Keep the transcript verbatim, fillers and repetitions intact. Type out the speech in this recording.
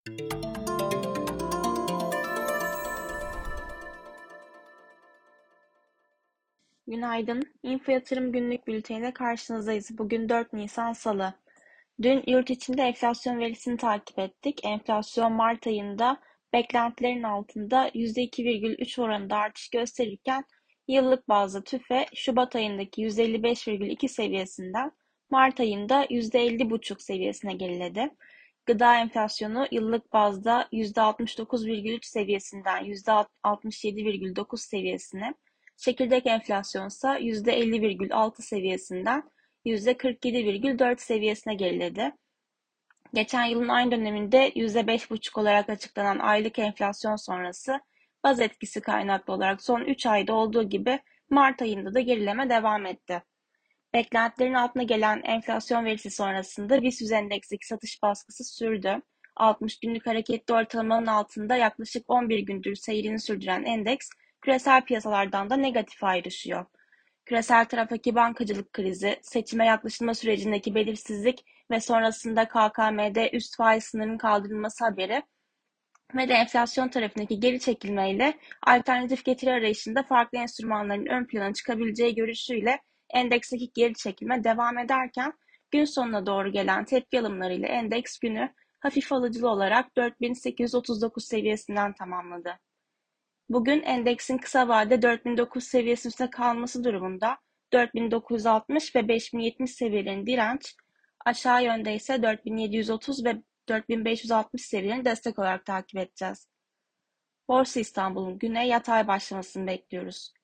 Günaydın. Info Yatırım Günlük Bülteni'yle karşınızdayız. Bugün dört Nisan Salı. Dün yurt içinde enflasyon verisini takip ettik. Enflasyon Mart ayında beklentilerin altında yüzde iki virgül üç oranında artış gösterirken yıllık bazda tüfe Şubat ayındaki yüzde elli beş virgül iki seviyesinden Mart ayında yüzde elli virgül beş seviyesine geriledi. Gıda enflasyonu yıllık bazda yüzde altmış dokuz virgül üç seviyesinden yüzde altmış yedi virgül dokuz seviyesine, çekirdek enflasyon ise yüzde elli virgül altı seviyesinden yüzde kırk yedi virgül dört seviyesine geriledi. Geçen yılın aynı döneminde yüzde beş virgül beş olarak açıklanan aylık enflasyon sonrası baz etkisi kaynaklı olarak son üç ayda olduğu gibi Mart ayında da gerileme devam etti. Beklentilerin altına gelen enflasyon verisi sonrasında BIST endeksindeki satış baskısı sürdü. altmış günlük hareketli ortalamanın altında yaklaşık on bir gündür seyrini sürdüren endeks küresel piyasalardan da negatif ayrışıyor. Küresel taraftaki bankacılık krizi, seçime yaklaşılma sürecindeki belirsizlik ve sonrasında K K M'de üst faiz sınırının kaldırılması haberi ve de enflasyon tarafındaki geri çekilmeyle alternatif getiri arayışında farklı enstrümanların ön plana çıkabileceği görüşüyle endeksteki geri çekilme devam ederken gün sonuna doğru gelen tepki alımlarıyla endeks günü hafif alıcılı olarak dört bin sekiz yüz otuz dokuz seviyesinden tamamladı. Bugün endeksin kısa vadede dört bin dokuz seviyesinin üstünde kalması durumunda dört bin dokuz yüz altmış ve beş bin yetmiş seviyelerin direnç, aşağı yönde ise dört bin yedi yüz otuz ve dört bin beş yüz altmış seviyelerini destek olarak takip edeceğiz. Borsa İstanbul'un güne yatay başlamasını bekliyoruz.